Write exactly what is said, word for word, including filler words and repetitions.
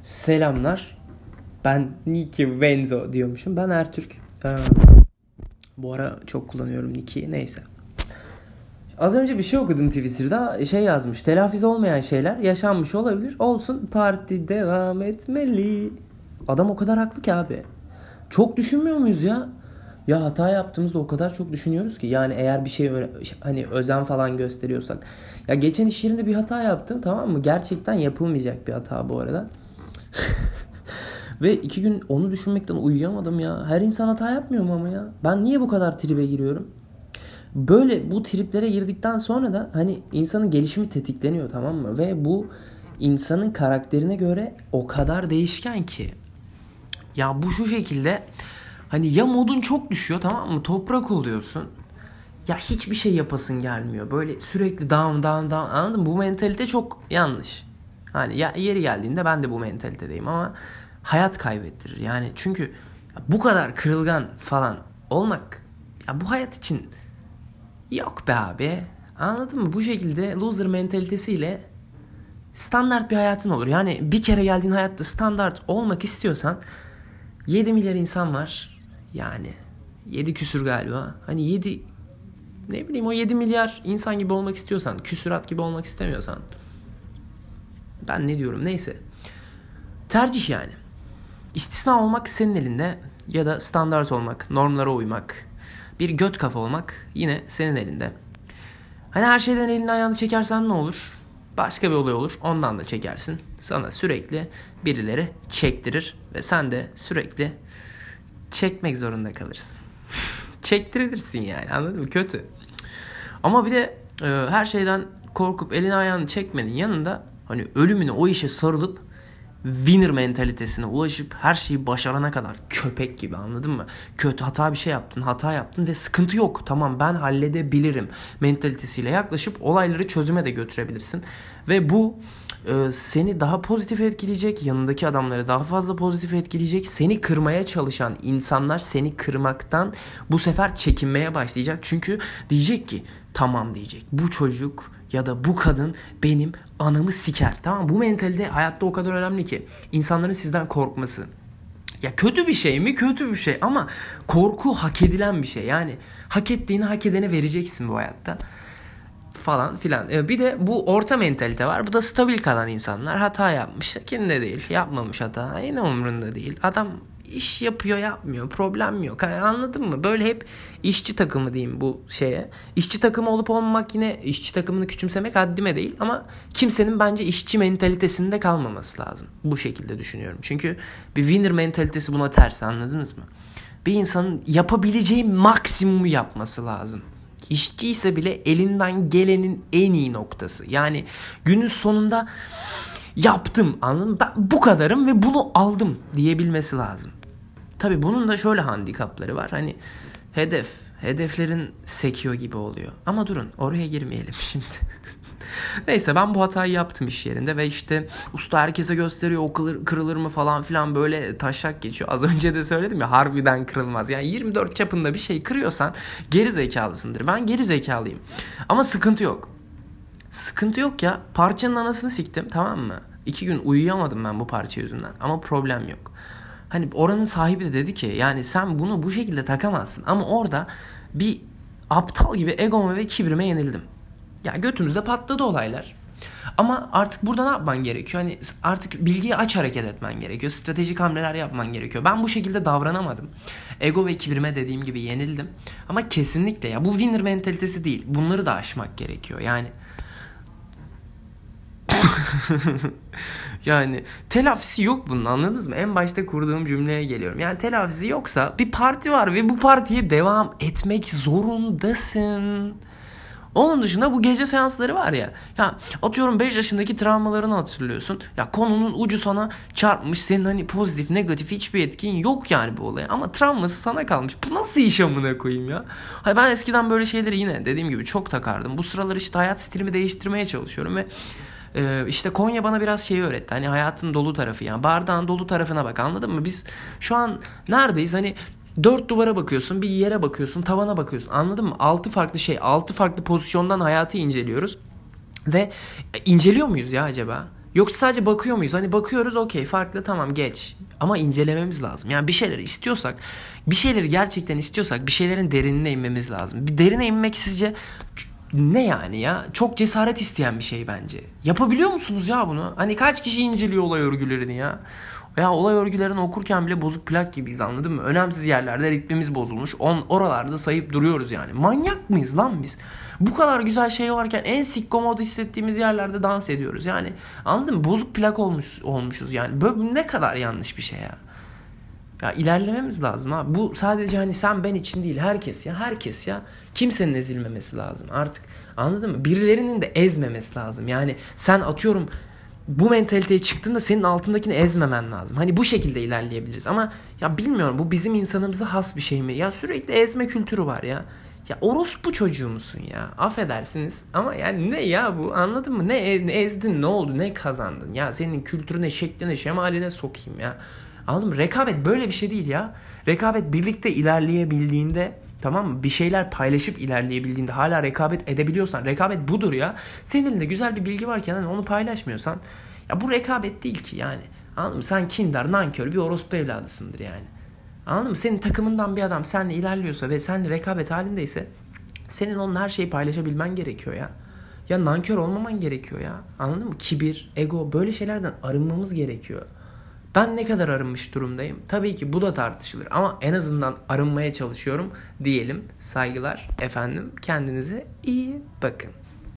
Selamlar. Ben Nicky Venzo diyormuşum. Ben Ertürk. Ee, bu ara çok kullanıyorum Nicky. Neyse. Az önce bir şey okudum Twitter'da. Şey yazmış. Telafisi olmayan şeyler yaşanmış olabilir. Olsun, parti devam etmeli. Adam o kadar haklı ki abi. Çok düşünmüyor muyuz ya? Ya hata yaptığımızda o kadar çok düşünüyoruz ki. Yani eğer bir şey hani özen falan gösteriyorsak. Ya geçen iş yerinde bir hata yaptım, tamam mı? Gerçekten yapılmayacak bir hata bu arada. Ve iki gün onu düşünmekten uyuyamadım ya. Her insan hata yapmıyor mu ama ya? Ben niye bu kadar tribe giriyorum? Böyle bu triplere girdikten sonra da hani insanın gelişimi tetikleniyor, tamam mı? Ve bu insanın karakterine göre o kadar değişken ki. Ya bu şu şekilde, hani ya modun çok düşüyor, tamam mı? Toprak oluyorsun. Ya hiçbir şey yapasın gelmiyor. Böyle sürekli down down down, anladın mı? Bu mentalite çok yanlış. Hani ya yeri geldiğinde ben de bu mentalitedeyim ama hayat kaybettirir. Yani çünkü bu kadar kırılgan falan olmak ya bu hayat için yok be abi. Anladın mı? Bu şekilde loser mentalitesiyle standart bir hayatın olur. Yani bir kere geldiğin hayatta standart olmak istiyorsan yedi milyar insan var. Yani yedi küsür galiba. Hani yedi, ne bileyim, o yedi milyar insan gibi olmak istiyorsan, küsürat gibi olmak istemiyorsan, ben ne diyorum, neyse. Tercih yani. İstisna olmak senin elinde ya da standart olmak, normlara uymak, bir göt kafa olmak yine senin elinde. Hani her şeyden elini ayağını çekersen ne olur? Başka bir olay olur. Ondan da çekersin. Sana sürekli birileri çektirir ve sen de sürekli çekmek zorunda kalırsın. Çektirilirsin yani, anladın mı? Kötü. Ama bir de e, her şeyden korkup elini ayağını çekmenin yanında hani ölümüne o işe sarılıp winner mentalitesine ulaşıp her şeyi başarana kadar köpek gibi, anladın mı? Kötü hata bir şey yaptın, hata yaptın ve sıkıntı yok. Tamam, ben halledebilirim mentalitesiyle yaklaşıp olayları çözüme de götürebilirsin. Ve bu e, seni daha pozitif etkileyecek, yanındaki adamları daha fazla pozitif etkileyecek. Seni kırmaya çalışan insanlar seni kırmaktan bu sefer çekinmeye başlayacak. Çünkü diyecek ki tamam, diyecek, bu çocuk ya da bu kadın benim anamı siker. Tamam, bu mentalite hayatta o kadar önemli ki. İnsanların sizden korkması. Ya kötü bir şey mi? Kötü bir şey ama korku hak edilen bir şey. Yani hak ettiğini hak edene vereceksin bu hayatta. Falan filan. Bir de bu orta mentalite var. Bu da stabil kalan insanlar. Hata yapmış. Kendine değil. Yapmamış hata. Yine umurunda değil. Adam iş yapıyor, yapmıyor. Problem yok. Yani anladın mı? Böyle hep işçi takımı diyeyim bu şeye. İşçi takımı olup olmamak, yine işçi takımını küçümsemek haddime değil. Ama kimsenin bence işçi mentalitesinde kalmaması lazım. Bu şekilde düşünüyorum. Çünkü bir winner mentalitesi buna ters, anladınız mı? Bir insanın yapabileceği maksimumu yapması lazım. İşçi ise bile elinden gelenin en iyi noktası. Yani günün sonunda yaptım, anladın mı? Ben bu kadarım ve bunu aldım diyebilmesi lazım. Tabii bunun da şöyle handikapları var. Hani hedef, hedeflerin sekiyor gibi oluyor. Ama durun, oraya girmeyelim şimdi. Neyse, ben bu hatayı yaptım iş yerinde ve işte usta herkese gösteriyor, o kırılır, kırılır mı falan filan, böyle taşak geçiyor. Az önce de söyledim ya, harbiden kırılmaz. Yani yirmi dört çapında bir şey kırıyorsan geri zekalısındır. Ben geri zekalıyım. Ama sıkıntı yok. Sıkıntı yok ya. Parçanın anasını siktim, tamam mı? İki gün uyuyamadım ben bu parça yüzünden. Ama problem yok. Hani oranın sahibi de dedi ki yani sen bunu bu şekilde takamazsın. Ama orada bir aptal gibi egoma ve kibrime yenildim. Ya götümüzde patladı olaylar. Ama artık burada ne yapman gerekiyor? Hani artık bilgiyi aç hareket etmen gerekiyor. Stratejik hamleler yapman gerekiyor. Ben bu şekilde davranamadım. Ego ve kibrime dediğim gibi yenildim. Ama kesinlikle ya bu winner mentalitesi değil. Bunları da aşmak gerekiyor. Yani yani telafisi yok bunun, anladınız mı? En başta kurduğum cümleye geliyorum. Yani telafisi yoksa bir parti var ve bu partiye devam etmek zorundasın. Onun dışında bu gece seansları var ya. Ya atıyorum beş yaşındaki travmalarını hatırlıyorsun. Ya konunun ucu sana çarpmış. Senin hani pozitif, negatif hiçbir etkin yok yani bu olaya. Ama travması sana kalmış. Bu nasıl iş amına koyayım ya? Hayır, ben eskiden böyle şeyleri yine dediğim gibi çok takardım. Bu sıralar işte hayat stilimi değiştirmeye çalışıyorum ve Ee, işte Konya bana biraz şeyi öğretti. Hani hayatın dolu tarafı, yani bardağın dolu tarafına bak, anladın mı? Biz şu an neredeyiz? Hani dört duvara bakıyorsun, bir yere bakıyorsun, tavana bakıyorsun, anladın mı? Altı farklı şey, altı farklı pozisyondan hayatı inceliyoruz. Ve inceliyor muyuz ya acaba? Yoksa sadece bakıyor muyuz? Hani bakıyoruz, okey, farklı, tamam, geç. Ama incelememiz lazım. Yani bir şeyleri istiyorsak, bir şeyleri gerçekten istiyorsak bir şeylerin derinine inmemiz lazım. Bir derine inmek sizce ne yani ya? Çok cesaret isteyen bir şey bence. Yapabiliyor musunuz ya bunu? Hani kaç kişi inceliyor olay örgülerini ya? Ya olay örgülerini okurken bile bozuk plak gibiyiz, anladın mı? Önemsiz yerlerde ritmimiz bozulmuş. On, oralarda sayıp duruyoruz yani. Manyak mıyız lan biz? Bu kadar güzel şey varken en sikko modu hissettiğimiz yerlerde dans ediyoruz. Yani anladın mı? Bozuk plak olmuş, olmuşuz yani. Böyle ne kadar yanlış bir şey ya. Ya ilerlememiz lazım ha. Bu sadece hani sen ben için değil, herkes ya, herkes ya. Kimsenin ezilmemesi lazım artık. Anladın mı? Birilerinin de ezmemesi lazım. Yani sen atıyorum bu mentaliteye çıktığında senin altındakini ezmemen lazım. Hani bu şekilde ilerleyebiliriz. Ama ya bilmiyorum, bu bizim insanımıza has bir şey mi? Ya sürekli ezme kültürü var ya. Ya orospu çocuğu musun ya? Affedersiniz ama yani ne ya bu, anladın mı? Ne, ne ezdin, ne oldu, ne kazandın? Ya senin kültürüne, şekline, şemaline sokayım ya. Anladın mı? Rekabet böyle bir şey değil ya. Rekabet birlikte ilerleyebildiğinde, tamam mı? Bir şeyler paylaşıp ilerleyebildiğinde, hala rekabet edebiliyorsan, rekabet budur ya. Senin elinde güzel bir bilgi varken hani onu paylaşmıyorsan, ya bu rekabet değil ki yani. Anladın mı? Sen kindar, nankör bir orospu evladısındır yani. Anladın mı? Senin takımından bir adam seninle ilerliyorsa ve seninle rekabet halindeyse, senin onun her şeyi paylaşabilmen gerekiyor ya. Ya nankör olmaman gerekiyor ya. Anladın mı? Kibir, ego, böyle şeylerden arınmamız gerekiyor. Ben ne kadar arınmış durumdayım? Tabii ki bu da tartışılır ama en azından arınmaya çalışıyorum diyelim. Saygılar efendim. Kendinize iyi bakın.